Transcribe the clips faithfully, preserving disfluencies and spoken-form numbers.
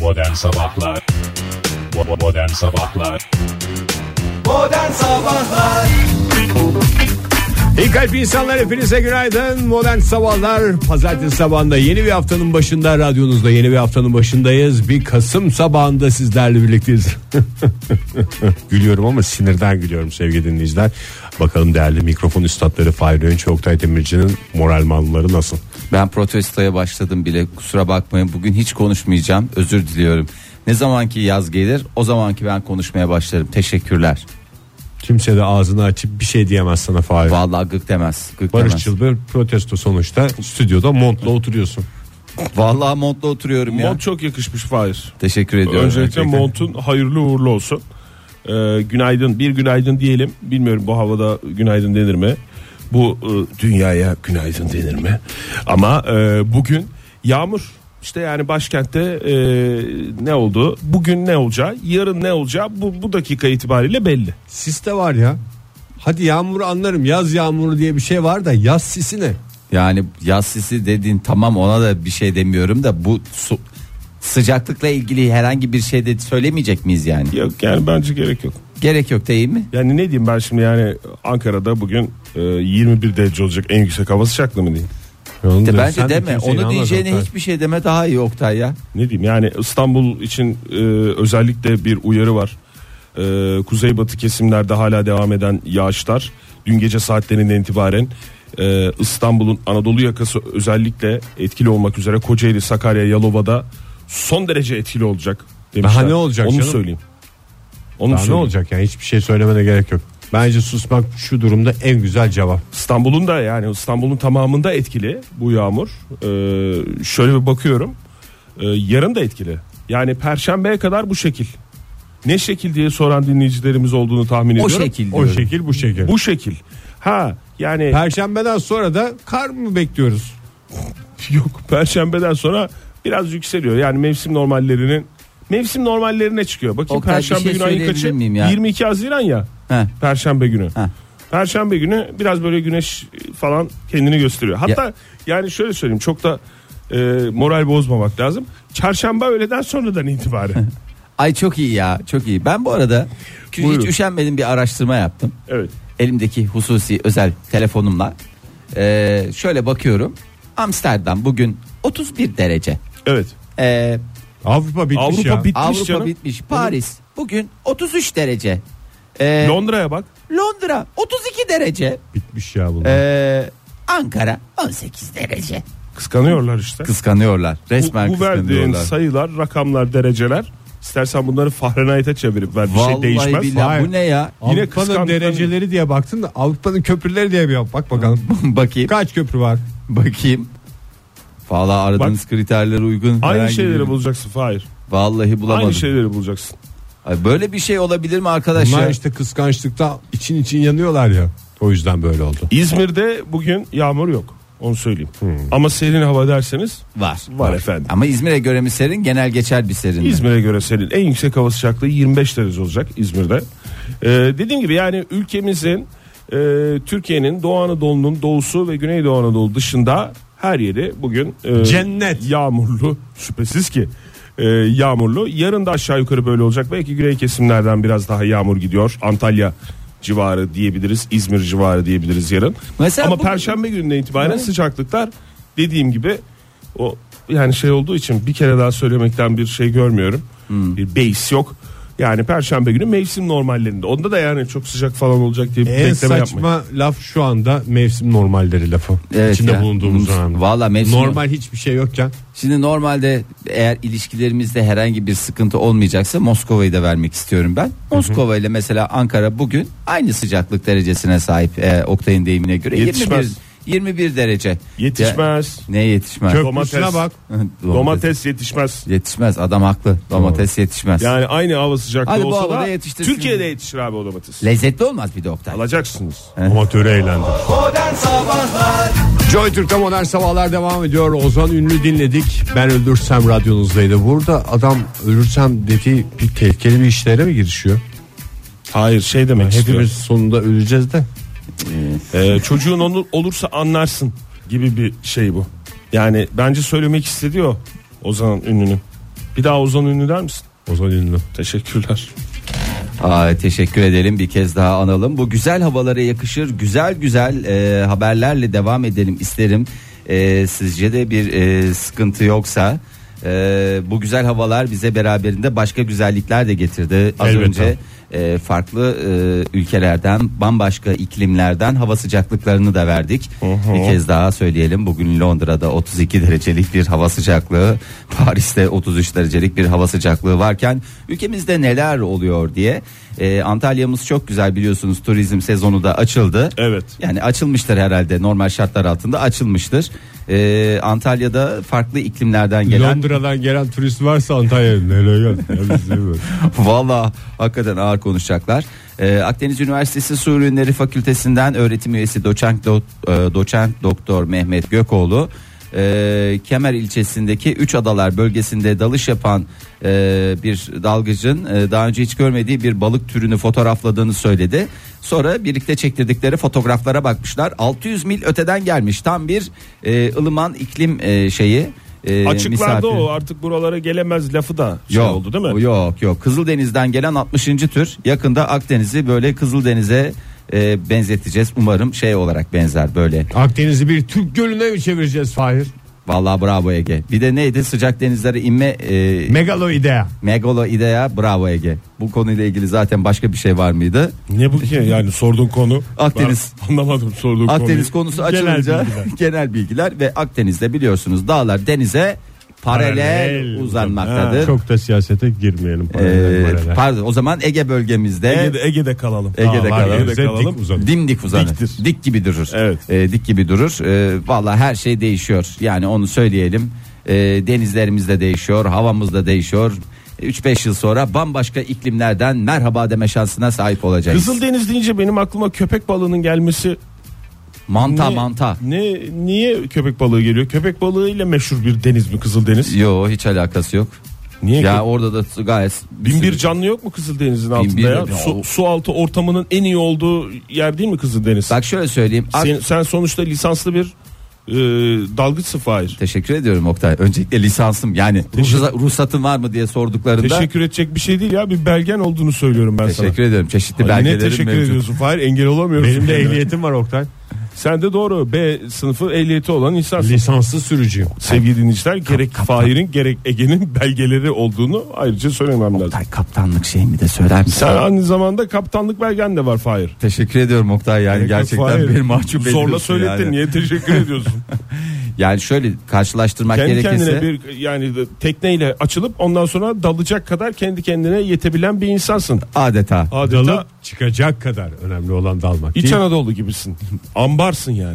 Modern Sabahlar Modern Sabahlar Modern Sabahlar İyi kalp insanlar, hepinize günaydın. Modern Sabahlar pazartesi sabahında, yeni bir haftanın başında, radyonuzda yeni bir haftanın başındayız. Bir Kasım sabahında sizlerle birlikteyiz. Gülüyorum ama sinirden gülüyorum sevgili dinleyiciler. Bakalım değerli mikrofon üstadları Fahir Öğünç, Oktay Demirci'nin moral malları nasıl? Ben protestoya başladım bile, kusura bakmayın, bugün hiç konuşmayacağım, özür diliyorum. Ne zamanki yaz gelir o zamanki ben konuşmaya başlarım. Teşekkürler. Kimse de ağzını açıp bir şey diyemez sana Fahir. Vallahi gık demez, gık Barışçıl demez. bir protesto sonuçta, stüdyoda montla oturuyorsun. Vallahi montla oturuyorum ya. Mont çok yakışmış Fahir. Teşekkür ediyorum. Öncelikle montun hayırlı uğurlu olsun. Ee, günaydın, bir günaydın diyelim. Bilmiyorum bu havada günaydın denir mi? Bu e, dünyaya günaydın denir mi? Ama e, bugün yağmur. İşte yani başkentte e, ne oldu? Bugün ne olacağı, yarın ne olacağı bu, bu dakika itibariyle belli. Sis de var ya. Hadi yağmuru anlarım, yaz yağmuru diye bir şey var da yaz sisi ne? Yani yaz sisi dediğin, tamam, ona da bir şey demiyorum da bu su, sıcaklıkla ilgili herhangi bir şey de söylemeyecek miyiz yani? Yok yani bence gerek yok. Gerek yok değil mi? Yani ne diyeyim ben şimdi, yani Ankara'da bugün e, yirmi bir derece olacak en yüksek hava sıcaklığı mı diyeyim? De bence deme, onu diyeceğine hiçbir şey deme, daha iyi Oktay ya. Ne diyeyim yani, İstanbul için e, özellikle bir uyarı var. E, kuzeybatı kesimlerde hala devam eden yağışlar dün gece saatlerinden itibaren e, İstanbul'un Anadolu yakası özellikle etkili olmak üzere Kocaeli, Sakarya, Yalova'da son derece etkili olacak demişler. Daha ne olacak Onu canım? söyleyeyim. Onu Daha söyleyeyim. ne olacak yani, hiçbir şey söylemene gerek yok. Bence susmak şu durumda en güzel cevap. İstanbul'un da, yani İstanbul'un tamamında etkili bu yağmur. Ee, şöyle bir bakıyorum. Ee, yarın da etkili. Yani Perşembe'ye kadar bu şekil. Ne şekil diye soran dinleyicilerimiz olduğunu tahmin O ediyorum. şekil O diyorum. şekil bu şekil. Bu şekil. Ha yani Perşembeden sonra da kar mı bekliyoruz? yok, Perşembeden sonra biraz yükseliyor. Yani mevsim normallerinin mevsim normallerine çıkıyor. Bakayım Oktay, bir Perşembe şey günü ayın söyleyebilir kaçı? miyim ya? yirmi iki Haziran ya. Heh. Perşembe günü. Heh. Perşembe günü biraz böyle güneş falan kendini gösteriyor. Hatta Ya. yani şöyle söyleyeyim, çok da e, moral bozmamak lazım. Çarşamba öğleden sonradan itibaren. Ay çok iyi ya, çok iyi. Ben bu arada hiç Buyurun. üşenmedim, bir araştırma yaptım. Evet. Elimdeki hususi özel telefonumla ee, şöyle bakıyorum. Amsterdam bugün otuz bir derece. Evet. Ee, Avrupa bitmiş Avrupa ya. bitmiş Avrupa canım. bitmiş. Paris bugün otuz üç derece. Ee, Londra'ya bak. Londra otuz iki derece. Bitmiş ya bunlar. Ee, Ankara on sekiz derece. Kıskanıyorlar işte. Kıskanıyorlar. Resmen bu, bu verdiğin kıskanıyorlar. sayılar, rakamlar, dereceler. İstersen bunları Fahrenheit'e çevirip ver. Bir Vallahi şey değişmez. billahi, Hayır. bu ne ya? Yine Avrupa'nın kıskandıklarını- dereceleri diye baktın da Avrupa'nın köprüleri diye bir bak bakalım. Bakayım. Kaç köprü var? Bakayım. Vallahi aradığınız Bak, kriterlere uygun. Aynı herhangi şeyleri bir- bulacaksın Fahir. Vallahi bulamadım. Aynı şeyleri bulacaksın. Ay, böyle bir şey olabilir mi arkadaş Bunlar ya? işte kıskançlıkta için için yanıyorlar ya. O yüzden böyle oldu. İzmir'de bugün yağmur yok. Onu söyleyeyim. Ama serin hava derseniz Var. var efendim. Ama İzmir'e göre mi serin, genel geçer bir serin mi? İzmir'e göre serin. En yüksek hava sıcaklığı yirmi beş derece olacak İzmir'de. Ee, dediğim gibi yani ülkemizin, e, Türkiye'nin Doğu Anadolu'nun doğusu ve Güneydoğu Anadolu dışında her yeri bugün e, Cennet. yağmurlu. Şüphesiz ki e, yağmurlu. Yarın da aşağı yukarı böyle olacak. Belki güney kesimlerden biraz daha yağmur gidiyor. Antalya civarı diyebiliriz, İzmir civarı diyebiliriz yarın. Mesela Ama bu- Perşembe gününden itibaren Evet. sıcaklıklar dediğim gibi o yani şey olduğu için bir kere daha söylemekten bir şey görmüyorum. Hmm. Bir base yok. Yani Perşembe günü mevsim normallerinde. Onda da yani çok sıcak falan olacak diye bir En bekleme yapmayın. saçma laf şu anda mevsim normalleri lafı. Evet İçinde ya. bulunduğumuz dönemde. Valla mevsim- Normal hiçbir şey yokken. Şimdi normalde eğer ilişkilerimizde herhangi bir sıkıntı olmayacaksa Moskova'yı da vermek istiyorum ben. Moskova ile mesela Ankara bugün aynı sıcaklık derecesine sahip, e, Oktay'ın deyimine göre. Yetişmez. yirmi bir, yirmi bir derece. Yetişmez. Ya, ne yetişmez? Köprüsüne Domates. bak. Domates yetişmez. Yetişmez, adam haklı. Domates yetişmez. Yani aynı hava sıcaklığı Hadi bu olsa havada da yetiştirsin. Türkiye'de yetişir abi o domates. Lezzetli olmaz bir de Oktay. Alacaksınız. Amatörü eğlendi. Modern Sabahlar Joy Türk'te modern sabahlar devam ediyor. Ozan Ünlü dinledik. Ben öldürsem radyonuzdaydı. Burada adam ölürsem dediği bir tehlikeli bir işlere mi girişiyor? Hayır, şey demek Hepimiz istiyorum. sonunda öleceğiz de. Ee, çocuğun onu olursa anlarsın gibi bir şey bu. Yani bence söylemek istediği o Ozan Ünlü'nün. Bir daha Ozan Ünlü der misin? Ozan Ünlü. Teşekkürler. Aa, teşekkür edelim, bir kez daha analım. Bu güzel havalara yakışır güzel güzel e, haberlerle devam edelim isterim. E, sizce de bir e, sıkıntı yoksa e, bu güzel havalar bize beraberinde başka güzellikler de getirdi. Az Elbette. önce e, farklı e, ülkelerden, bambaşka iklimlerden hava sıcaklıklarını da verdik. Hı-hı. Bir kez daha söyleyelim, bugün Londra'da otuz iki derecelik bir hava sıcaklığı, Paris'te otuz üç derecelik bir hava sıcaklığı varken ülkemizde neler oluyor diye. e, Antalya'mız çok güzel, biliyorsunuz turizm sezonu da açıldı. Evet. Yani açılmıştır herhalde, normal şartlar altında açılmıştır. E, Antalya'da farklı iklimlerden gelen Londra'dan gelen turist varsa Antalya'ya nereye gel? Valla hakikaten ağır konuşacaklar. Ee, Akdeniz Üniversitesi Su Ürünleri Fakültesinden öğretim üyesi doçent, do, e, doçent doktor Mehmet Gökoğlu e, Kemer ilçesindeki Üç Adalar bölgesinde dalış yapan e, bir dalgıcın e, daha önce hiç görmediği bir balık türünü fotoğrafladığını söyledi. Sonra birlikte çektirdikleri fotoğraflara bakmışlar. altı yüz mil öteden gelmiş, tam bir e, ılıman iklim e, şeyi. E, Açıklarda misafir. o artık buralara gelemez lafı da şey Yok, oldu değil mi? Yok yok. Kızıldeniz'den gelen altmışıncı tür. Yakında Akdeniz'i böyle Kızıldeniz'e e, benzeteceğiz. Umarım şey olarak benzer böyle. Akdeniz'i bir Türk gölüne mi çevireceğiz Fahir? Vallahi bravo Ege. Bir de neydi, sıcak denizlere inme e, Megaloidea. Megaloidea, bravo Ege. Bu konuyla ilgili zaten başka bir şey var mıydı? Ne bu ki yani sorduğun konu? Akdeniz. Ben anlamadım sorduğun konuyu. Akdeniz konusu Genel açılınca bilgiler. genel bilgiler ve Akdeniz'de biliyorsunuz dağlar denize paralel, Paralel uzanmaktadır. Ha, çok da siyasete girmeyelim. Paralel, Ee, paralel. pardon, o zaman Ege bölgemizde Ege'de, Ege'de kalalım. Ege'de Dağlar kalalım. denize kalalım. dik uzanır. Dimdik uzanır. Diktir. Dik gibi durur. Evet. Ee, dik gibi durur. Ee, vallahi her şey değişiyor. Yani onu söyleyelim. Ee, denizlerimiz de değişiyor, havamız da değişiyor. üç beş yıl sonra bambaşka iklimlerden merhaba deme şansına sahip olacağız. Kızıldeniz deyince benim aklıma köpek balığının gelmesi. Manta ne, manta. Ne niye köpek balığı geliyor? Köpek balığı ile meşhur bir deniz mi Kızıldeniz? Yo, hiç alakası yok. Niye? Ya ki? orada da gayet Bin bir canlı yok mu Kızıldeniz'in altında bir- ya? ya Su, o- su altı ortamının en iyi olduğu yer değil mi Kızıldeniz? Bak şöyle söyleyeyim. Ak- sen, sen sonuçta lisanslı bir e, dalgıçsın Fahir. Teşekkür ediyorum Oktay. Öncelikle lisansım, yani ruhsa- ruhsatın var mı diye sorduklarında Teşekkür edecek bir şey değil ya, bir belgen olduğunu söylüyorum ben sana. teşekkür ediyorum. Çeşitli Ay, yine belgelerim teşekkür mevcut. ediyorsun Fahir, engel olamıyorsun. Benim de kendine. ehliyetim var Oktay. Sen de doğru B sınıfı ehliyeti olan insansın. Lisanslı sürücüyüm. Sevgili dinleyiciler, gerek Fahir'in gerek Ege'nin belgeleri olduğunu ayrıca söylemem lazım. Oktay, kaptanlık şeyimi de söyler misin? Sen aynı zamanda kaptanlık belgen de var Fahir. Teşekkür ediyorum Oktay, yani Gerek yok gerçekten Fahir. bir mahcup Zorla ediyorsun söylettin, yani. niye teşekkür ediyorsun? Yani şöyle karşılaştırmak Kendi gerekirse kendine bir yani tekneyle açılıp ondan sonra dalacak kadar kendi kendine yetebilen bir insansın. adeta Adeta Dalıp çıkacak kadar önemli olan dalmak. İç değil. Anadolu gibisin. Ambarsın yani.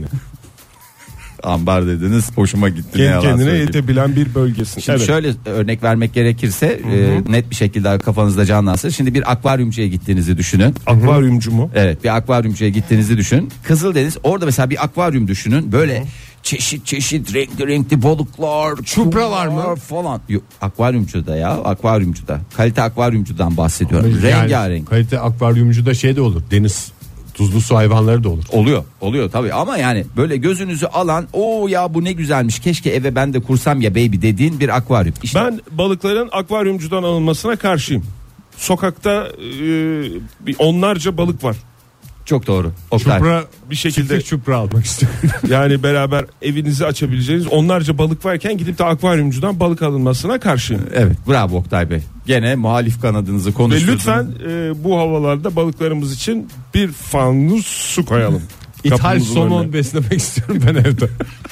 ambar dediniz, hoşuma gitti. ne Kendi yalan kendine söyleyeyim. yetebilen bir bölgesin. Şimdi Evet. şöyle örnek vermek gerekirse e, net bir şekilde kafanızda canlansın. Şimdi bir akvaryumcuya gittiğinizi düşünün. Akvaryumcu mu? Evet, bir akvaryumcuya gittiğinizi düşün. Kızıldeniz, orada mesela bir akvaryum düşünün. Böyle çeşit çeşit renkli renkli balıklar, Çupra var mı? kumlar falan. Yok, akvaryumcuda ya, akvaryumcuda. Kalite akvaryumcudan bahsediyorum. Yani Rengarenk. kalite akvaryumcuda şey de olur. Deniz tuzlu su hayvanları da olur. Oluyor, oluyor tabii, ama yani böyle gözünüzü alan, o ya bu ne güzelmiş, keşke eve ben de kursam ya baby dediğin bir akvaryum. İşte Ben balıkların akvaryumcudan alınmasına karşıyım. Sokakta e, bir onlarca balık var. çok doğru. Oktay. Çupra Bir şekilde çiftlik çupra almak istiyorum. yani beraber evinizi açabileceğiniz onlarca balık varken gidip de akvaryumcudan balık alınmasına karşıyım. Evet, bravo Oktay Bey. Gene muhalif kanadınızı Ve konuşturdunuz. lütfen e, bu havalarda balıklarımız için bir fanus su koyalım. İthal Kapımızın somon önüne. beslemek istiyorum ben evde.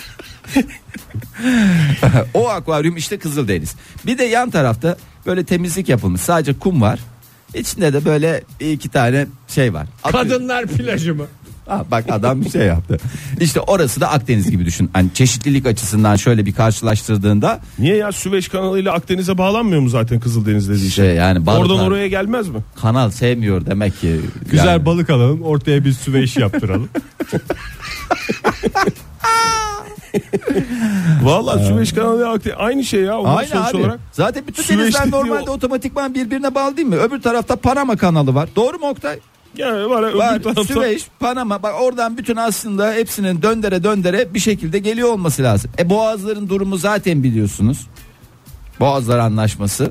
O akvaryum işte Kızıldeniz. Bir de yan tarafta böyle temizlik yapılmış, sadece kum var. İçinde de böyle iki tane şey var. Atıyor. Kadınlar plajı mı? Ha, bak adam bir şey yaptı. İşte orası da Akdeniz gibi düşün. Hani çeşitlilik açısından şöyle bir karşılaştırdığında Niye ya, Süveyş kanalı ile Akdeniz'e bağlanmıyor mu zaten Kızıldeniz dediği şey? şey yani balıklar, Oradan oraya gelmez mi? kanal sevmiyor demek ki. Güzel Yani balık alalım, ortaya bir süveyş yaptıralım. Vallahi Süveyş kanalı ile Akdeniz aynı şey ya. Onlar Aynı sonuç abi. olarak. Zaten bütün Süveyş denizler dediği normalde o- otomatikman birbirine bağlı değil mi? Öbür tarafta Panama kanalı var. Doğru mu Oktay? Yani var, öbür Var. tarafta. Süveyş, Panama, bak oradan bütün aslında hepsinin döndere döndere bir şekilde geliyor olması lazım. E boğazların durumu zaten biliyorsunuz. Boğazlar Anlaşması.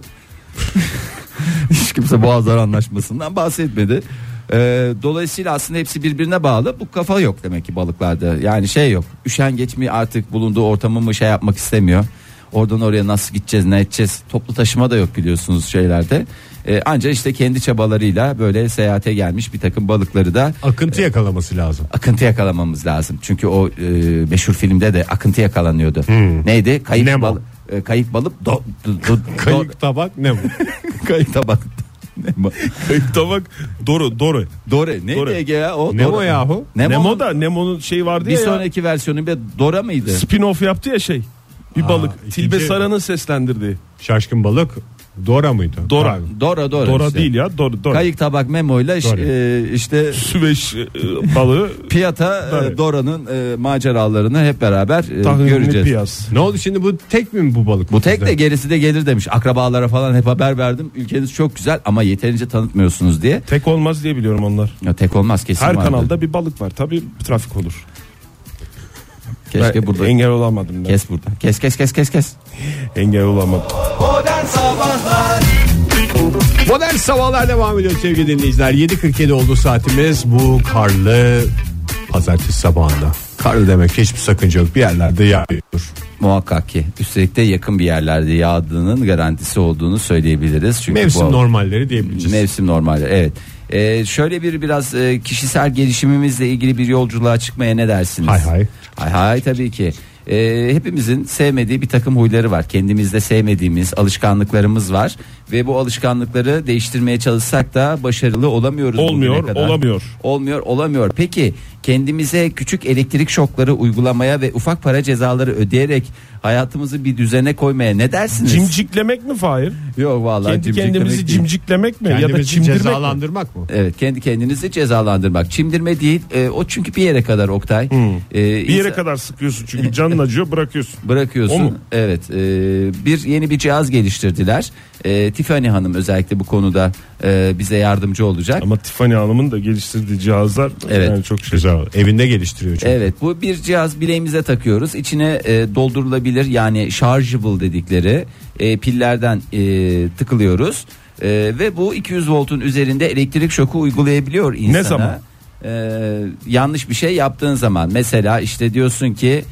Hiç kimse Boğazlar Anlaşması'ndan bahsetmedi. Ee, dolayısıyla aslında hepsi birbirine bağlı. Bu kafa yok demek ki balıklarda. Yani şey yok. Üşengeç mi artık bulunduğu ortamı mı şey yapmak istemiyor. Oradan oraya nasıl gideceğiz, ne edeceğiz? Toplu taşıma da yok biliyorsunuz şeylerde. Ee, ancak işte kendi çabalarıyla böyle seyahate gelmiş bir takım balıkları da Akıntı yakalaması lazım. akıntı yakalamamız lazım. Çünkü o e, meşhur filmde de akıntı yakalanıyordu. Hmm. Neydi? Kayık Nemo. balık. E, kayık balık. Do, do, do, Kayık tabak ne bu? kayık tabak. Nemo. Kayık tabak Doro Doro. Dore. Neydi Dore. Ege ya? O Nemo Dore. yahu. Nemo, Nemo da Nemo'nun şey vardı bir ya. ya. sonraki versiyonu bir Dora mıydı? Spin-off yaptı ya şey. Bir Aa, balık. ikinci- Tilbe Saran'ın seslendirdiği. Şaşkın balık Dora mıydı? Dora. Pardon. Dora Dora. Dora işte. değil ya. Dora. Dora. Kayık tabak Memo'yla Dora. e, işte Süveyş e, balığı. Piyata Dora. e, Dora'nın e, maceralarını hep beraber e, Tahminli göreceğiz. piyas. Ne oldu şimdi, bu tek mi bu balık? Bu tek bizde? de gerisi de gelir demiş. Akrabalara falan hep haber verdim. Ülkeniz çok güzel ama yeterince tanıtmıyorsunuz diye. Tek olmaz diye biliyorum onlar. Ya tek olmaz kesin Her vardır. kanalda bir balık var. Tabii trafik olur. Keşke Ben burada engel olamadım ben. kes burada. Kes kes kes kes kes. Engel olamadım. Modern Sabahlar Modern Sabahlar devam ediyor sevgili dinleyiciler. yedi kırk yedi oldu saatimiz bu karlı pazartesi sabahında. Karlı demek hiçbir sakınca yok, bir yerlerde yağıyor. Muhakkak ki. Üstelik de yakın bir yerlerde yağdığının garantisi olduğunu söyleyebiliriz. Çünkü Mevsim bu normalleri diyebileceğiz. mevsim normalde. Evet. Ee, şöyle bir biraz e, kişisel gelişimimizle ilgili bir yolculuğa çıkmaya ne dersiniz? Hay hay. Hay hay tabii ki. Ee, hepimizin sevmediği bir takım huyları var. Kendimizde sevmediğimiz alışkanlıklarımız var ve bu alışkanlıkları değiştirmeye çalışsak da başarılı olamıyoruz. Olmuyor, bugüne kadar. olamıyor. Olmuyor, olamıyor. Peki kendimize küçük elektrik şokları uygulamaya ve ufak para cezaları ödeyerek hayatımızı bir düzene koymaya ne dersiniz? Cimciklemek mi Fahir? Yok vallahi Kendi cimciklemek kendimizi değil. cimciklemek mi? Ya da Kendimizi çimdirmek mi? cezalandırmak mı? Evet, kendi kendinizi cezalandırmak. Çimdirme değil. e, o çünkü bir yere kadar Oktay. Hmm. E, Bir yere insan- kadar sıkıyorsun çünkü canın acıyor, bırakıyorsun. bırakıyorsun. O mu? Evet. e, bir yeni bir cihaz geliştirdiler. E, Tiffany Hanım özellikle bu konuda e, bize yardımcı olacak. Ama Tiffany Hanım'ın da geliştirdiği cihazlar Evet. yani çok şey. Güzel. Evinde geliştiriyor çünkü. Evet, bu bir cihaz, bileğimize takıyoruz. İçine e, doldurulabilir yani chargeable dedikleri e, pillerden e, tıkılıyoruz. E, ve bu iki yüz voltun üzerinde elektrik şoku uygulayabiliyor insana. Ne zaman? E, yanlış bir şey yaptığın zaman. Mesela işte diyorsun ki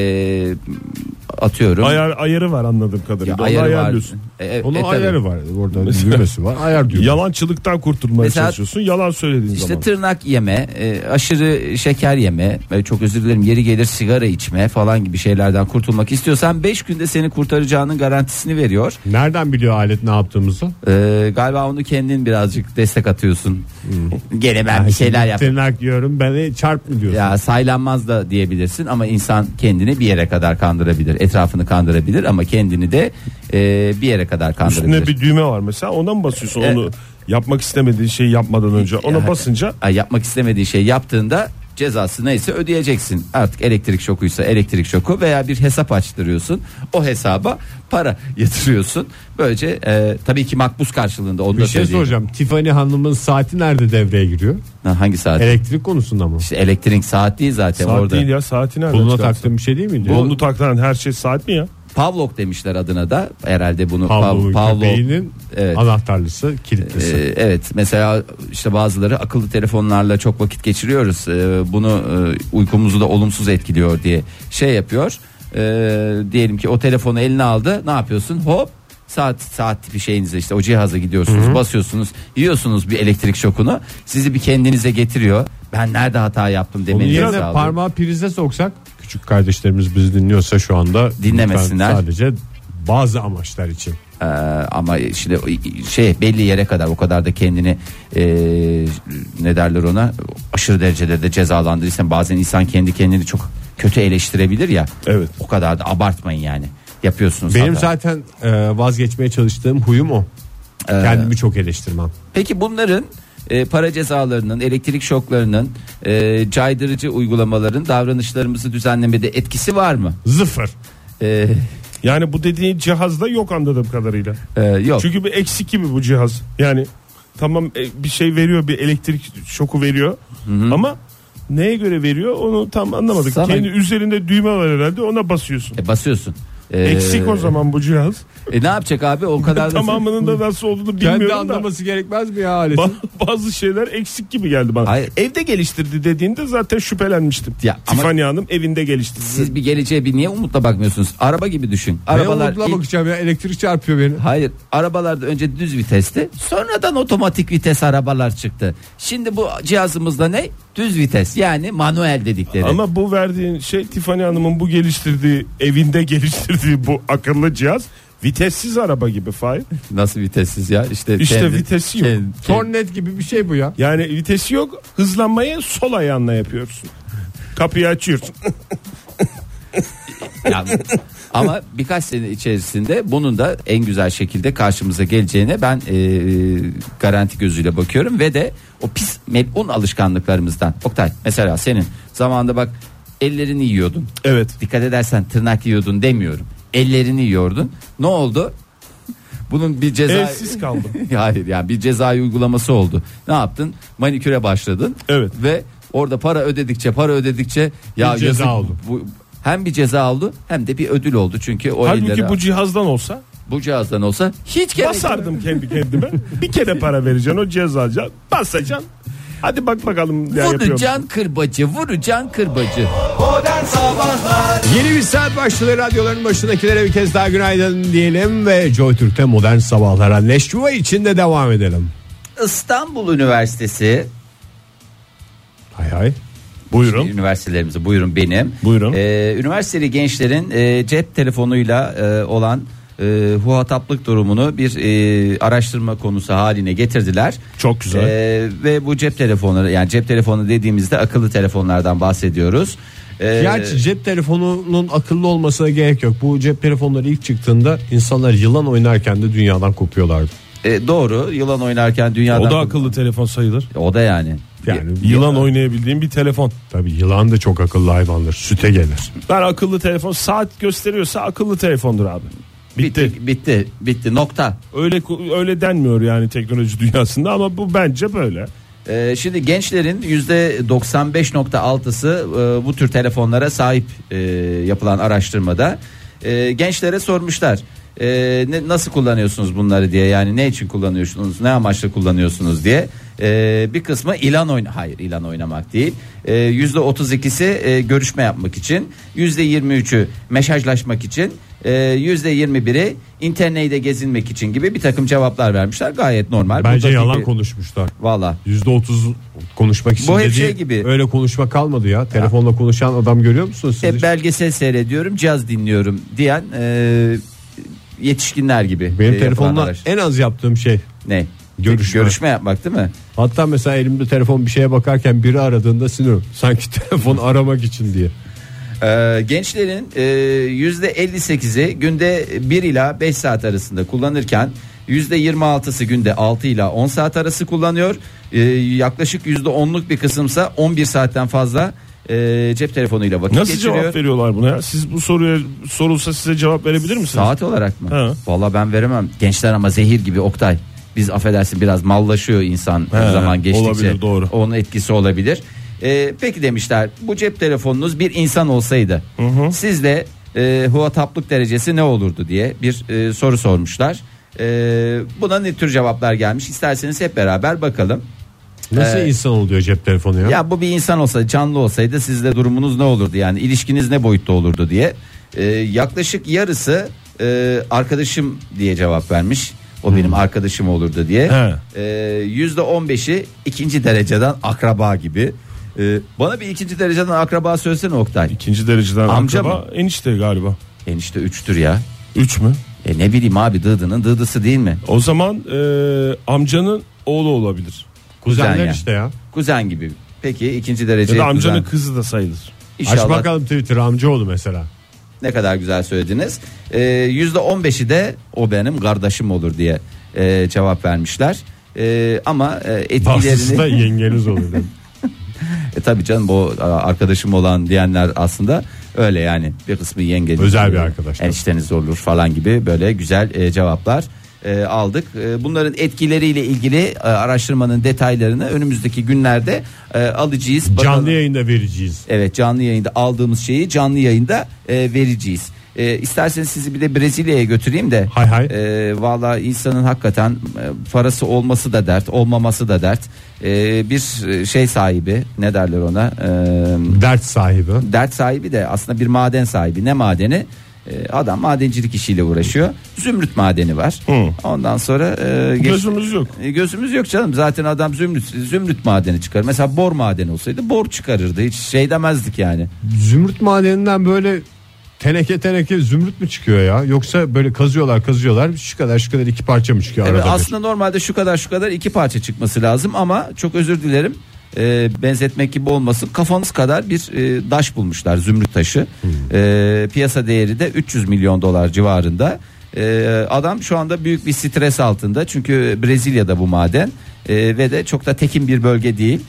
e, atıyorum. Ayar, ayarı var anladığım Ya kadarıyla. Onu ayarı var. ayarlıyorsun. E, e, Onun e, tabii. ayarı var. Orada Mesela- düğmesi var. Ayar diyor. Yalancılıktan kurtulmaya Mesela- çalışıyorsun. Yalan söylediğin İşte zaman. tırnak yeme, e, aşırı şeker yeme, e, çok özür dilerim yeri gelir sigara içme falan gibi şeylerden kurtulmak istiyorsan beş günde seni kurtaracağının garantisini veriyor. Nereden biliyor alet ne yaptığımızı? E, galiba onu kendin birazcık destek atıyorsun. Gene ben bir şeyler yap. Tırnak yiyorum, beni çarp mı diyorsun? Ya saylanmaz da diyebilirsin ama insan kendini bir yere kadar kandırabilir, etrafını kandırabilir ama kendini de e, bir yere kadar kandırabilir. Üstünde bir düğme var mesela, ona mı basıyorsun? E- Onu yapmak istemediğin şeyi yapmadan önce ona Ya- basınca Ay, yapmak istemediği şey yaptığında cezası neyse ödeyeceksin. Artık elektrik şokuysa elektrik şoku veya bir hesap açtırıyorsun. O hesaba para yatırıyorsun. Böylece e, tabii ki makbuz karşılığında onu Bir da şey söyleyeyim. soracağım. Tiffany Hanım'ın saati nerede devreye giriyor? Ha, hangi saat? Elektrik konusunda mı? İşte elektrik saat değil zaten saat orada. değil ya, saati nereden Koluna çıkarsın? taktığım bir şey değil miydi? Kolunu takılan her şey saat mi ya? Pavlov demişler adına da. Herhalde bunu Pavlov'un Pav- Pavlov. köpeğinin Evet. anahtarlısı, kilitlisi. Ee, evet mesela işte bazıları akıllı telefonlarla çok vakit geçiriyoruz. Ee, bunu e, uykumuzu da olumsuz etkiliyor diye şey yapıyor. Ee, diyelim ki o telefonu eline aldı, ne yapıyorsun? Hop saat saat tipi şeyinize işte o cihaza gidiyorsunuz, Hı-hı. basıyorsunuz, yiyorsunuz bir elektrik şokunu, sizi bir kendinize getiriyor. Ben nerede hata yaptım Onun demenizi yerine sağlıyor. parmağı prize soksak, küçük kardeşlerimiz bizi dinliyorsa şu anda Dinlemesinler. lütfen sadece bazı amaçlar için. Ee, ama şimdi şey belli yere kadar, o kadar da kendini e, ne derler ona, aşırı derecede de cezalandırırsan bazen insan kendi kendini çok kötü eleştirebilir ya. Evet. O kadar da abartmayın yani. Yapıyorsunuz. Benim hata. zaten e, vazgeçmeye çalıştığım huyum o. Ee, Kendimi çok eleştirmem. Peki bunların e, para cezalarının, elektrik şoklarının, e, caydırıcı uygulamaların davranışlarımızı düzenlemede etkisi var mı? Sıfır. E, Yani bu dediğin cihazda yok anladığım kadarıyla. e, yok. Çünkü bir eksik gibi bu cihaz. Yani tamam e, bir şey veriyor, bir elektrik şoku veriyor. Ama neye göre veriyor onu tam anlamadık. Sana- Kendi üzerinde düğme var herhalde, ona basıyorsun. E, basıyorsun. E, Eksik o zaman bu cihaz. E ne yapacak abi o kadar da. Tamamının da nasıl olduğunu bilmiyorum Kendi da. anlaması gerekmez mi ya aletin? Ba- Bazı şeyler eksik gibi geldi bana. Hayır. Evde geliştirdi dediğinde zaten şüphelenmiştim. Ya ama- Tiffany Hanım evinde geliştirdi. Siz bir geleceğe bir niye umutla bakmıyorsunuz? Araba gibi düşün. Ne Arabalar umutla ilk- bakacağım ya, elektrik çarpıyor beni. Hayır, arabalarda önce düz vitesti, sonradan otomatik vites arabalar çıktı. Şimdi bu cihazımızda ne? Düz vites, yani manuel dedikleri. Ama bu verdiğin şey Tiffany Hanım'ın bu geliştirdiği, evinde geliştirdiği bu akıllı cihaz vitessiz araba gibi Fahir. Nasıl vitessiz ya? İşte İşte kendi- vitesi yok. kendi- Tornet gibi bir şey bu ya. Yani vitesi yok, hızlanmayı sol ayağınla yapıyorsun. Kapıyı açıyorsun. Ya, ama birkaç sene içerisinde bunun da en güzel şekilde karşımıza geleceğine ben e, garanti gözüyle bakıyorum ve de o pis melun alışkanlıklarımızdan. Oktay mesela senin zamanında bak ellerini yiyordun. Evet. Dikkat edersen tırnak yiyordun demiyorum. Ellerini yiyordun. Ne oldu? Bunun bir ceza. Elsiz kaldım. Hayır yani bir cezai uygulaması oldu. Ne yaptın? Maniküre başladın. Evet. Ve orada para ödedikçe para ödedikçe ya Bir ceza yazık, oldu. Bu, hem bir ceza oldu hem de bir ödül oldu. Çünkü o Halbuki ellere, bu cihazdan olsa bu cihazdan olsa hiç gerek yok. basardım kendi kendime. Bir kere para vereceksin, o cihazı alacaksın, basacaksın. Hadi bak bakalım ne yapıyorum. Vuracaksın kırbacı, vuracaksın kırbacı. Modern Sabahlar. Yeni bir saat başladı, radyoların başındakilere bir kez daha günaydın diyelim ve Joy Türk'te modern sabahlara neşve içinde devam edelim. İstanbul Üniversitesi. Hay hay. Buyurun. Üniversitelerimizi buyurun benim. Buyurun. Ee, üniversiteli gençlerin e, cep telefonuyla e, olan e, muhataplık durumunu bir e, araştırma konusu haline getirdiler. Çok güzel. Ee, ve bu cep telefonları, yani cep telefonu dediğimizde akıllı telefonlardan bahsediyoruz. Ee, Gerçi cep telefonunun akıllı olmasına gerek yok. Bu cep telefonları ilk çıktığında insanlar yılan oynarken de dünyadan kopuyorlardı. e, doğru, yılan oynarken dünyadan. O da akıllı telefon sayılır. O da yani. Yani Yılan oynayabildiğim bir telefon. tabii yılan da çok akıllı hayvandır. Süte gelir. Ben akıllı telefon, saat gösteriyorsa akıllı telefondur abi. Bitti. Bitti, bitti, bitti. Nokta. Öyle öyle denmiyor yani teknoloji dünyasında ama bu bence böyle. Ee, şimdi gençlerin yüzde doksan beş nokta altısı e, bu tür telefonlara sahip e, yapılan araştırmada e, gençlere sormuşlar. E, ne, nasıl kullanıyorsunuz bunları diye, yani ne için kullanıyorsunuz, ne amaçla kullanıyorsunuz diye. E, bir kısmı ilan oyna hayır ilan oynamak değil. E, yüzde otuz ikisi e, görüşme yapmak için, yüzde yirmi üçü mesajlaşmak için, e, yüzde yirmi biri internette gezinmek için gibi bir takım cevaplar vermişler. Gayet normal. Bence Buradaki yalan bir- konuşmuşlar. Valla. yüzde otuz konuşmak için Bu hep dediği şey gibi. öyle konuşma kalmadı ya. Telefonla konuşan adam görüyor musunuz siz? Hep belgesel seyrediyorum, caz dinliyorum diyen e, yetişkinler gibi. Benim e, yapılan telefonla araç. en az yaptığım şey. ne? Görüşme. Görüşme yapmak değil mi? Hatta mesela elimde telefon bir şeye bakarken biri aradığında sinirim. Sanki telefon aramak için diye. Ee, gençlerin e, yüzde elli sekizi günde bir ila beş saat arasında kullanırken yüzde yirmi altısı günde altı ila on saat arası kullanıyor. Ee, yaklaşık yüzde onluk bir kısımsa on bir saatten fazla e, cep telefonuyla vakit Nasıl geçiriyor. cevap veriyorlar buna ya? Siz bu soruya sorulsa size cevap verebilir misiniz? Saat olarak mı? Ha. Vallahi ben veremem. Gençler ama zehir gibi, Oktay. Biz affedersin biraz mallaşıyor insan He, zaman geçtikçe. olabilir, doğru. Onun etkisi olabilir. Ee, peki demişler, bu cep telefonunuz bir insan olsaydı siz de e, muhataplık derecesi ne olurdu diye bir e, soru sormuşlar. E, buna ne tür cevaplar gelmiş? İsterseniz hep beraber bakalım. Nasıl Ee, insan oluyor cep telefonu ya? Ya bu bir insan olsa, canlı olsaydı sizde durumunuz ne olurdu, yani ilişkiniz ne boyutta olurdu diye. Ee, yaklaşık yarısı e, arkadaşım diye cevap vermiş. O benim arkadaşım olurdu diye. He. Ee, yüzde on beşi ikinci dereceden akraba gibi. Ee, bana bir ikinci dereceden akraba söylesene Oktay. İkinci dereceden Amca akraba, enişte galiba. Enişte üçtür ya. Üç mü? E ne bileyim abi, dıdının dıdısı değil mi? O zaman e, amcanın oğlu olabilir. Kuzenler Kuzen ya. işte ya. Kuzen gibi. Peki ikinci derece Ya da amcanın kuzen. kızı da sayılır. İnşallah. Aç bakalım Twitter, amcaoğlu mesela. Ne kadar güzel söylediniz. Ee, yüzde on beşi de o benim kardeşim olur diye e, cevap vermişler. E, ama e, Bazısı da etkilerini yengeniz olur. e, tabii canım, bu a, arkadaşım olan diyenler aslında öyle, yani bir kısmı yengeniz Özel olur, bir arkadaş. enişteniz olur falan gibi böyle güzel e, cevaplar e, aldık. E, bunların etkileriyle ilgili e, araştırmanın detaylarını önümüzdeki günlerde e, alacağız. Bakalım. Canlı yayında vereceğiz. Evet, canlı yayında aldığımız şeyi canlı yayında e, vereceğiz. E, isterseniz sizi bir de Brezilya'ya götüreyim de. Hay hay. E, Valla insanın hakikaten e, parası olması da dert, olmaması da dert. E, bir şey sahibi, ne derler ona? E, Dert sahibi. dert sahibi de aslında bir maden sahibi. Ne madeni? E, adam madencilik işiyle uğraşıyor. Zümrüt madeni var. Hı. Ondan sonra e, geç- Gözümüz yok. E, gözümüz yok canım. Zaten adam zümrüt zümrüt madeni çıkarır. Mesela bor madeni olsaydı bor çıkarırdı. Hiç şey demezdik yani. Zümrüt madeninden böyle teneke teneke zümrüt mü çıkıyor ya? Yoksa böyle kazıyorlar kazıyorlar şu kadar şu kadar iki parça mı çıkıyor Evet, arada bir? aslında normalde şu kadar şu kadar iki parça çıkması lazım ama çok özür dilerim. E, benzetmek gibi olmasın, kafanız kadar bir e, taş bulmuşlar, zümrüt taşı. Hmm. E, piyasa değeri de üç yüz milyon dolar civarında. E, adam şu anda büyük bir stres altında çünkü Brezilya'da bu maden e, ve de çok da tekin bir bölge değil.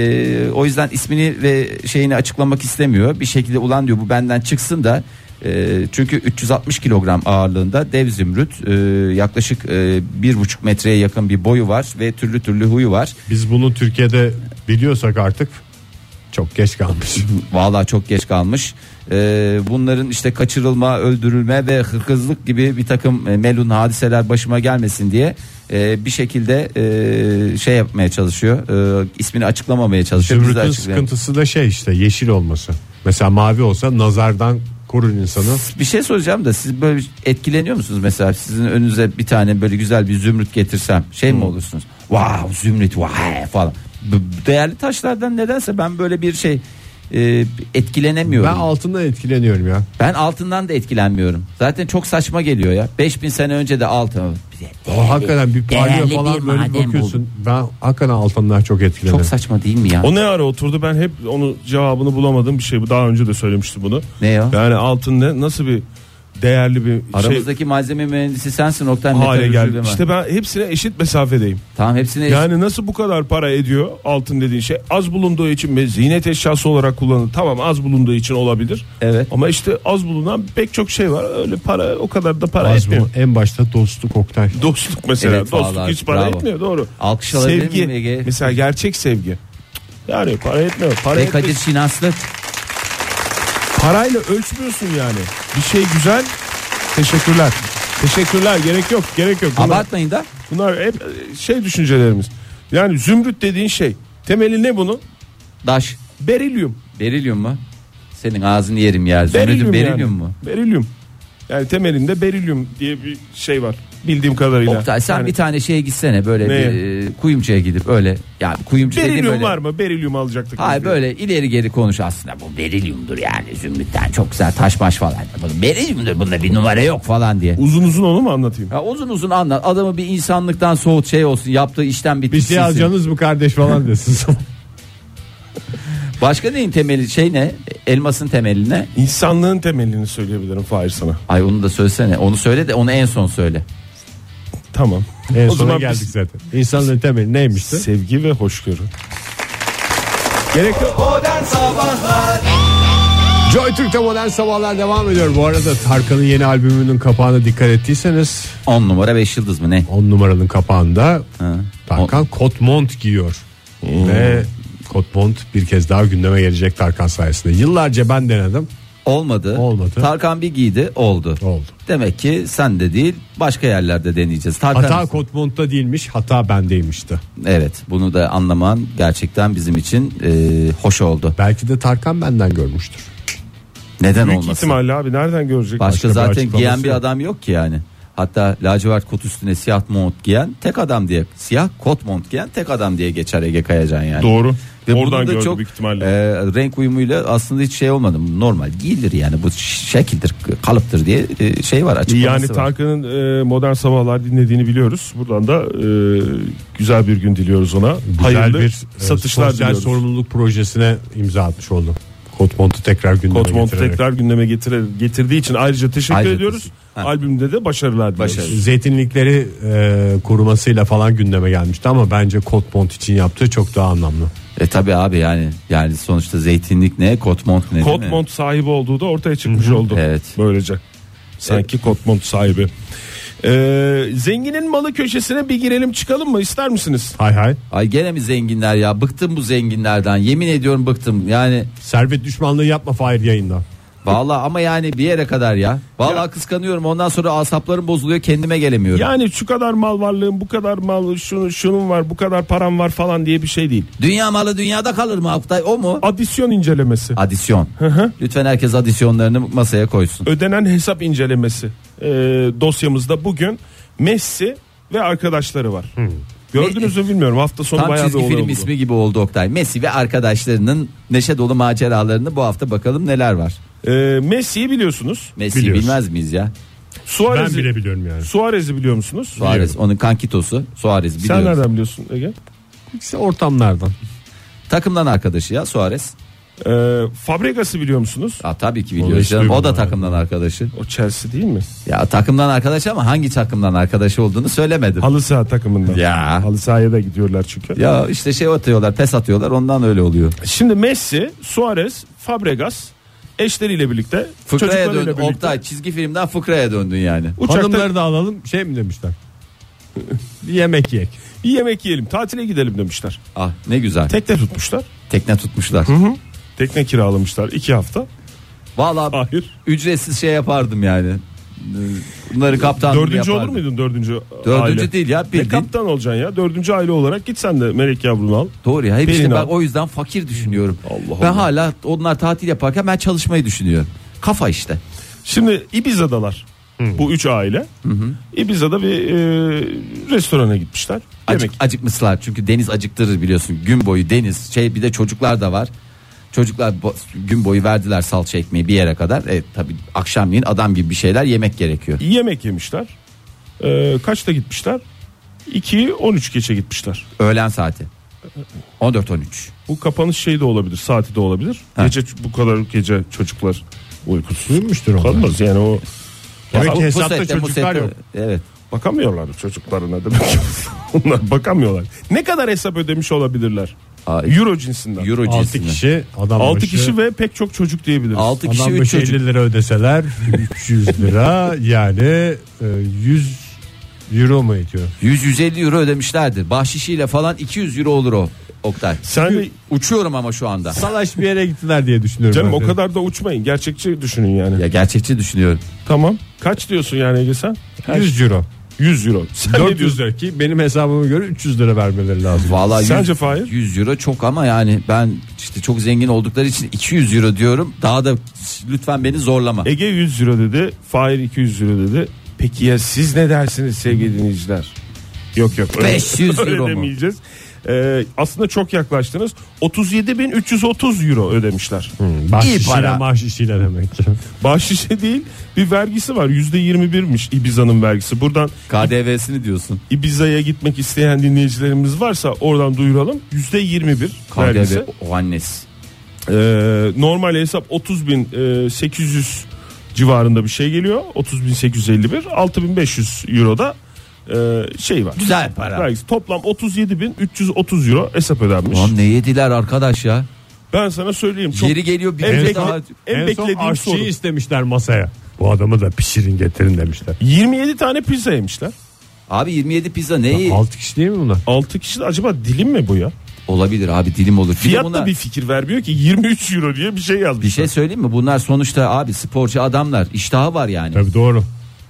E, o yüzden ismini ve şeyini açıklamak istemiyor. Bir şekilde ulan diyor bu benden çıksın da. E, çünkü üç yüz altmış kilogram ağırlığında dev zümrüt, e, yaklaşık e, bir buçuk metreye yakın bir boyu var ve türlü türlü huyu var. Biz bunu Türkiye'de biliyorsak artık çok geç kalmış. Vallahi çok geç kalmış. Ee, bunların işte kaçırılma, öldürülme ve hırsızlık gibi bir takım e, melun hadiseler başıma gelmesin diye e, bir şekilde e, şey yapmaya çalışıyor. E, ismini açıklamamaya çalışıyor. Biz de Zümrüt'ün açıklayalım. sıkıntısı da şey işte yeşil olması. Mesela mavi olsa nazardan korur insanı. Bir şey soracağım da siz böyle etkileniyor musunuz mesela, sizin önünüze bir tane böyle güzel bir zümrüt getirsem şey mi olursunuz? Wow, zümrüt wow falan. Bu değerli taşlardan nedense ben böyle bir şey e, etkilenemiyorum. Ben altından etkileniyorum ya. Ben altından da etkilenmiyorum. Zaten çok saçma geliyor ya. beş bin sene önce de altın. O hakikaten bir parlıyor değerli falan bir böyle maden bakıyorsun. buldum. Ben hakikaten altından çok etkileniyorum. Çok saçma değil mi ya? O ne ara oturdu, ben hep onu cevabını bulamadığım bir şey bu. Daha önce de söylemiştim bunu. Ne o? Yani altın ne, nasıl bir değerli bir şey Aramızdaki malzeme mühendisi sensin Oktay. hale metalürjü geldi. deme. İşte ben hepsine eşit mesafedeyim. Tamam, hepsine Yani nasıl bu kadar para ediyor altın dediğin şey? Az bulunduğu için mi, ziynet eşyası olarak kullanılır? Tamam, az bulunduğu için olabilir. Evet. Ama işte az bulunan pek çok şey var. Öyle para, o kadar da para Az etmiyor. bu. En başta dostluk Oktay. Dostluk mesela. Evet, Dostluk vallahi, hiç para bravo. etmiyor, doğru. Alkış alabilir Sevgi miyim Ege? mesela, gerçek sevgi. Yani para etmiyor. Para Ve etmez. Kadir Şinaslı. Parayla ölçmüyorsun yani. Bir şey güzel. Teşekkürler. Teşekkürler. Gerek yok. Gerek yok. Bunlar, Abartmayın da. bunlar hep şey düşüncelerimiz. Yani zümrüt dediğin şey. Temeli ne bunun? Daş. Berilyum. Berilyum mu? Senin ağzını yerim ya. Zümrüt'ün berilyum yani. mu? Berilyum. Yani temelinde berilyum diye bir şey var. Bildiğim kadarıyla. Oktay sen yani, bir tane şeye gitsene böyle Neye? bir e, kuyumcuya gidip öyle. Ya kuyumcu dediğim berilyum böyle. var mı? Berilyum alacaktık. Hayır, biz. böyle ileri geri konuş, aslında bu berilyumdur yani, zümrütten çok güzel taş maş falan. Bu berilyumdur, bunda bir numara yok falan diye. Uzun uzun onu mu anlatayım? Ya uzun uzun anlat, adamı bir insanlıktan soğut, şey olsun, yaptığı işten bir Bir şey alacaksınız mı kardeş falan desin. Başka neyin temeli, şey ne? Elmasın temeli ne? İnsanlığın temelini söyleyebilirim Fahir sana. Ay onu da söylesene, onu söyle de onu en son söyle. Tamam. En O sona zaman geldik biz- zaten. İnsanlığın temeli neymişti? Sevgi ve hoşgörü. Gerek yok. Modern Sabahlar Joy Türk'te modern sabahlar devam ediyor. Bu arada Tarkan'ın yeni albümünün kapağına dikkat ettiyseniz on numara beş yıldız mı ne? on numaranın kapağında Ha. Tarkan kot mont giyiyor. Ve kot mont bir kez daha gündeme gelecek Tarkan sayesinde. Yıllarca ben denedim. Olmadı. Olmadı. Tarkan bir giydi, oldu. Oldu. Demek ki sen de değil, başka yerlerde deneyeceğiz. Tarkan, Hata kot montta değilmiş, hata bendeymişti. evet, bunu da anlaman gerçekten bizim için e, hoş oldu. Belki de Tarkan benden görmüştür. Neden Büyük olmasın? ihtimalle abi, nereden görecek? Başka, Başka bir zaten açıklaması giyen bir yok. adam yok ki yani. Hatta lacivert kot üstüne siyah mont giyen tek adam diye, siyah kot mont giyen tek adam diye geçer Ege Kayacan yani. Doğru. Ve Oradan bunun da gördü çok büyük ihtimalle. e, renk uyumuyla aslında hiç şey olmadı. Normal giyilir yani, bu şekildir, kalıptır diye e, şey var, açıklaması Yani var. Tarkan'ın e, modern sabahlar dinlediğini biliyoruz. Buradan da e, güzel bir gün diliyoruz ona. Güzel Hayırlı bir e, satışlar sosyal diliyoruz. sorumluluk projesine imza atmış oldu. Kot montu tekrar gündeme Kot montu getirerek. tekrar gündeme getire, getirdiği için ayrıca teşekkür Ayrıca ediyoruz. teşekkür- Ha. Albümde de başarılar diliyoruz. Başarı. Zeytinlikleri e, korumasıyla falan gündeme gelmişti ama bence kot mont için yaptığı çok daha anlamlı. E tabi abi, yani yani sonuçta zeytinlik ne, kot mont ne, değil Kot mi? mont sahibi olduğu da ortaya çıkmış oldu. Evet. Böylece. Sanki kot mont sahibi. Ee, zenginin malı köşesine bir girelim çıkalım mı, ister misiniz? Hay hay. Ay gene mi zenginler ya, bıktım bu zenginlerden, yemin ediyorum bıktım yani. Servet düşmanlığı yapma Fahir yayında. Vallahi ama yani bir yere kadar ya. Vallahi Ya. kıskanıyorum. Ondan sonra asaplarım bozuluyor, kendime gelemiyorum. Yani şu kadar mal varlığım, bu kadar mal, şunun, şunun var, bu kadar param var falan diye bir şey değil. Dünya malı dünyada kalır mı Oktay? O mu? Adisyon incelemesi. Adisyon. hı. Lütfen herkes adisyonlarını masaya koysun. Ödenen hesap incelemesi e, dosyamızda bugün Messi ve arkadaşları var. Gördünüz mü bilmiyorum, hafta sonu Tam bayağı bir çizgi olay film oldu. ismi gibi oldu Oktay. Messi ve arkadaşlarının neşe dolu maceralarını bu hafta bakalım neler var. E, Messi'yi biliyorsunuz. Messi'yi Biliyoruz. bilmez miyiz ya? Suarez'i, Ben bile biliyorum yani. Suarez'i biliyor musunuz? Suarez, onun kankitosu. Suarez biliyoruz. Sen nereden biliyorsun Ege? İşte ortamlardan. Takımdan arkadaşı ya Suarez. E, Fabregas'ı biliyor musunuz? Aa, tabii ki Onu biliyoruz hiç canım. O da duymadım takımdan arkadaşı. O Chelsea değil mi? Ya takımdan arkadaş ama hangi takımdan arkadaşı olduğunu söylemedim. Halı saha takımından. Ya. Halı sahaya da gidiyorlar çünkü. Ya işte şey atıyorlar, pes atıyorlar, ondan öyle oluyor. Şimdi Messi, Suarez, Fabregas eşleriyle birlikte, Fıkraya çocuklarıyla döndün birlikte Oktay, çizgi filmden fıkraya döndün yani. uçakta Hanımları da alalım, şey mi demişler? Bir yemek yiyek. bir yemek yiyelim, tatile gidelim demişler. Ah ne güzel. Tekne tutmuşlar. Tekne tutmuşlar. Tekne kiralamışlar iki hafta. Vallahi Hayır. ücretsiz şey yapardım yani. Bunları kaptanlık Dördüncü yapardım. olur muydun dördüncü Dördüncü aile? değil ya, Ne bildiğin. kaptan olacaksın ya? Dördüncü aile olarak git sen de melek yavrunu al. Doğru ya, hep işte Birini ben al. o yüzden fakir düşünüyorum. Allah Ben Allah. hala onlar tatil yaparken ben çalışmayı düşünüyorum. Kafa işte. Şimdi Ibiza'dalar bu üç aile. Ibiza'da bir e, restorana gitmişler. Acık, Yemek. acıkmışlar çünkü deniz acıktırır biliyorsun. Gün boyu deniz şey, bir de çocuklar da var. Çocuklar bo- gün boyu verdiler salça ekmeği bir yere kadar. E, tabii akşamleyin adam gibi bir şeyler yemek gerekiyor. Yemek yemişler. E, kaçta gitmişler? iki on üç geçe gitmişler. Öğlen saati. on dört on üç. Bu kapanış şeyi de olabilir, saati de olabilir. Ha. Gece bu kadar gece çocuklar uykusuz. Uyumuştur onlar. Kalmaz yani o. Demek ki Bu hesapta sette, bu çocuklar sette- yok. Evet. Bakamıyorlar çocuklarına demek ki. Onlar bakamıyorlar. Ne kadar hesap ödemiş olabilirler? Aa, Euro cinsinden. Euro altı cinsinden. kişi adam altı başı, kişi ve pek çok çocuk diyebiliriz. altı kişi adam üç başı çocuk. elli lira ödeseler üç yüz lira yani e, yüz euro mu ediyor? yüz yüz elli euro ödemişlerdir. Bahşişiyle falan iki yüz euro olur o Oktay. Sen de Uçuyorum ama şu anda. Salaş bir yere gittiler diye düşünüyorum. canım ben o de. kadar da uçmayın. Gerçekçi düşünün yani. Ya gerçekçi düşünüyorum. Tamam. Kaç diyorsun yani Ege sen? yüz euro. yüz euro. Sen ne dört yüz diyorsun? lira ki benim hesabıma göre üç yüz lira vermeleri lazım. Vallahi Sence yüz, Fahir? yüz euro çok ama yani ben işte çok zengin oldukları için iki yüz euro diyorum. Daha da lütfen beni zorlama. Ege yüz euro dedi. Fahir iki yüz euro dedi. Peki ya siz ne dersiniz sevgili dinleyiciler? Yok yok. öyle- beş yüz öyle euro mu? demeyeceğiz. Ee, aslında çok yaklaştınız. otuz yedi bin üç yüz otuz euro ödemişler. İyi Bahşişiyle para. mahşişiyle demek ki. Bahşişe değil, bir vergisi var. yüzde yirmi birmiş Ibiza'nın vergisi. Buradan K D V'sini diyorsun. Ibiza'ya gitmek isteyen dinleyicilerimiz varsa oradan duyuralım. yüzde yirmi bir K D vergisi. V o annesi. Ee, normal hesap otuz bin sekiz yüz civarında bir şey geliyor. otuz bin sekiz yüz elli bir. altı bin beş yüz euroda e, şey var. Güzel para. Vergisi. Toplam otuz yedi bin üç yüz otuz euro hesap ödenmiş. Ulan ne yediler arkadaş ya. Ben sana söyleyeyim. Çok Yeri geliyor bir en, kez bekle- daha. en En son beklediğim aşçıyı soru. istemişler masaya. Bu adamı da pişirin getirin demişler. yirmi yedi tane pizza yemişler. Abi yirmi yedi pizza ne? altı kişi değil mi bunlar? altı kişi de acaba dilim mi bu ya? Olabilir abi, dilim olur. Bir de Fiyat bunlar- da bir fikir vermiyor ki, yirmi üç euro diye bir şey yazmışlar. Bir şey söyleyeyim mi? Bunlar sonuçta abi sporcu adamlar. İştahı var yani. Tabii doğru.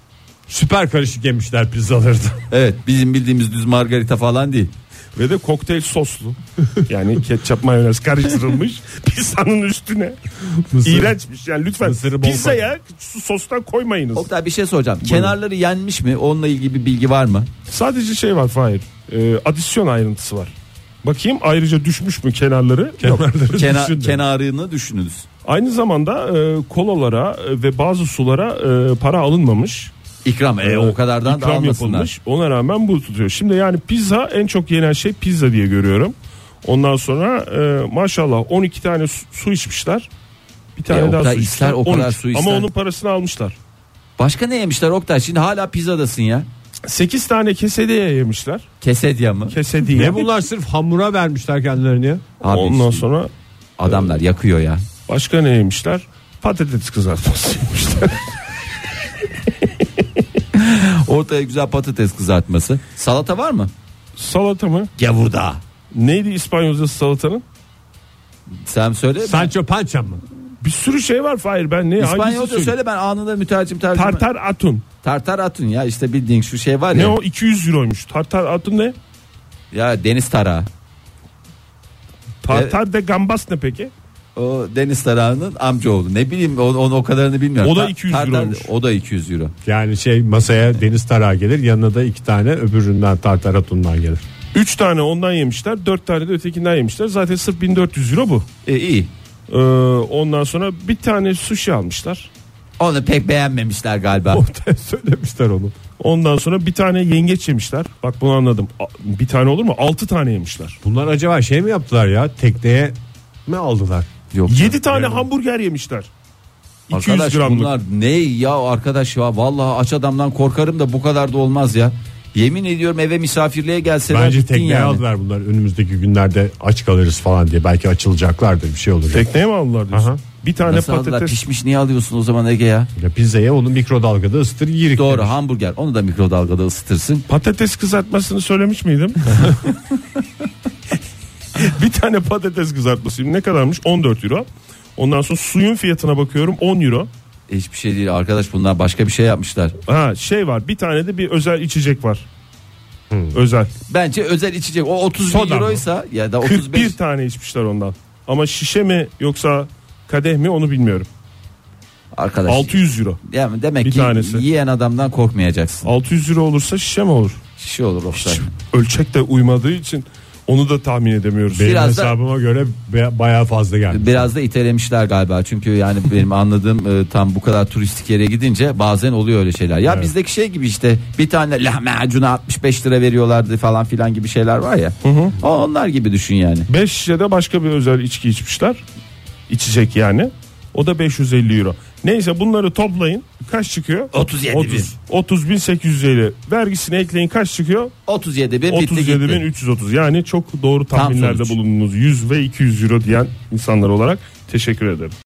Süper karışık yemişler pizzaları da. Evet, bizim bildiğimiz düz margarita falan değil. Ve de kokteyl soslu. Yani ketçap mayonez karıştırılmış pizzanın üstüne. Mısır. İğrençmiş yani, lütfen Mısırı bol pizzaya su- sostan koymayınız. Oktay bir şey soracağım. Kenarları yenmiş mi? Onunla ilgili bir bilgi var mı? Sadece şey var Fahir. E, adisyon ayrıntısı var. Bakayım ayrıca düşmüş mü kenarları? Yok. Kenarları Kena- düşündüm. kenarını düşününüz. Aynı zamanda e, kolalara e, ve bazı sulara e, para alınmamış. İkram. E, o kadardan da İkram almasınlar. yapılmış. Ona rağmen bu tutuyor. Şimdi yani pizza, en çok yenen şey pizza diye görüyorum. Ondan sonra e, maşallah on iki tane su, su içmişler. Bir tane E, daha Oktay su ister, içmişler. o kadar on üç. su ister. Ama onun parasını almışlar. Başka ne yemişler Oktay? Şimdi hala pizzadasın ya. sekiz tane kesediye yemişler. Kesedya mı? Kesediye. Ne bunlar, sırf hamura vermişler kendilerini ya. Abi Ondan sonra adamlar yakıyor ya. başka ne yemişler? Patates kızartması yemişler. Ortaya güzel patates kızartması. Salata var mı? Salata mı? Gavurda. Neydi İspanyolcası salatanın? Sen söyle. Sancho Pança mı? Bir sürü şey var Fahir, ben ne İspanyolca söyle, ben anında mütercim tercüme. Tartar atun. Tartar atun ya, işte bildiğin şu şey var ya. Ne o, iki yüz euroymuş. Tartar atun ne? Ya deniz tarağı. Tartar de gambas ne peki? O deniz tarağının amcaoğlu. Ne bileyim, onu, onu o kadarını bilmiyorum. O da Ta- iki yüz tartar, euroymuş. O da iki yüz euro. Yani şey, masaya deniz tarağı gelir, yanına da iki tane öbüründen tartar atundan gelir. Üç tane ondan yemişler, dört tane de ötekinden yemişler. Zaten sırf bin dört yüz euro bu. E, iyi. Ee, ondan sonra bir tane sushi almışlar. Onu pek beğenmemişler galiba. Ortaya söylemişler onu. Ondan sonra bir tane yengeç yemişler. Bak bunu anladım. A- Bir tane olur mu? Altı tane yemişler. Bunlar acaba şey mi yaptılar ya, tekneye mi aldılar? Yok. Yedi tane hamburger yemişler. iki yüz Arkadaş gramlık. bunlar ne ya arkadaş ya, vallahi aç adamdan korkarım da bu kadar da olmaz ya. Yemin ediyorum, eve misafirliğe gelseler Bence bittin tekneye yani. aldılar bunlar, önümüzdeki günlerde aç kalırız falan diye, belki açılacaklardır, bir şey olur. Tekneye mi aldılar diyorsun? Aha. Bir tane Nasıl aldılar? patates. Pişmiş niye alıyorsun o zaman Ege ya? Ya pizzaya onu mikrodalgada ısıtır yirik. Doğru, demiş. hamburger, onu da mikrodalgada ısıtırsın. Patates kızartmasını söylemiş miydim? Bir tane patates kızartması ne kadarmış? on dört euro. Ondan sonra suyun fiyatına bakıyorum, on euro. Hiçbir şey değil arkadaş, bunlar başka bir şey yapmışlar. Ha şey var, bir tane de bir özel içecek var. Özel. Bence özel içecek, o otuz Soda bin mı? euroysa ya da kırk otuz beş. bir tane içmişler ondan. Ama şişe mi yoksa kadeh mi onu bilmiyorum. Arkadaş altı yüz euro. yani demek bir ki tanesi. yiyen adamdan korkmayacaksın. altı yüz euro olursa şişe mi olur? Şişe olur Oktay. Ölçek de uymadığı için onu da tahmin edemiyoruz. Benim Biraz da- hesabıma göre be- bayağı fazla geldi. Biraz da itelemişler galiba, çünkü yani benim anladığım e, tam bu kadar turistik yere gidince bazen oluyor öyle şeyler. Ya Evet. bizdeki şey gibi işte, bir tane lahmacuna altmış beş lira veriyorlardı falan filan gibi şeyler var ya. O onlar gibi düşün yani. beş şişede başka bir özel içki içmişler. İçecek yani. O da beş yüz elli euro. Neyse bunları toplayın. Kaç çıkıyor? otuz yedi bin. otuz. otuz bin sekiz yüz elli. Vergisini ekleyin, kaç çıkıyor? otuz yedi bin bitti otuz yedi bin gitti. üç yüz otuz. Yani çok doğru tahminlerde sonuç. bulundunuz. yüz ve iki yüz euro diyen insanlar olarak teşekkür ederim.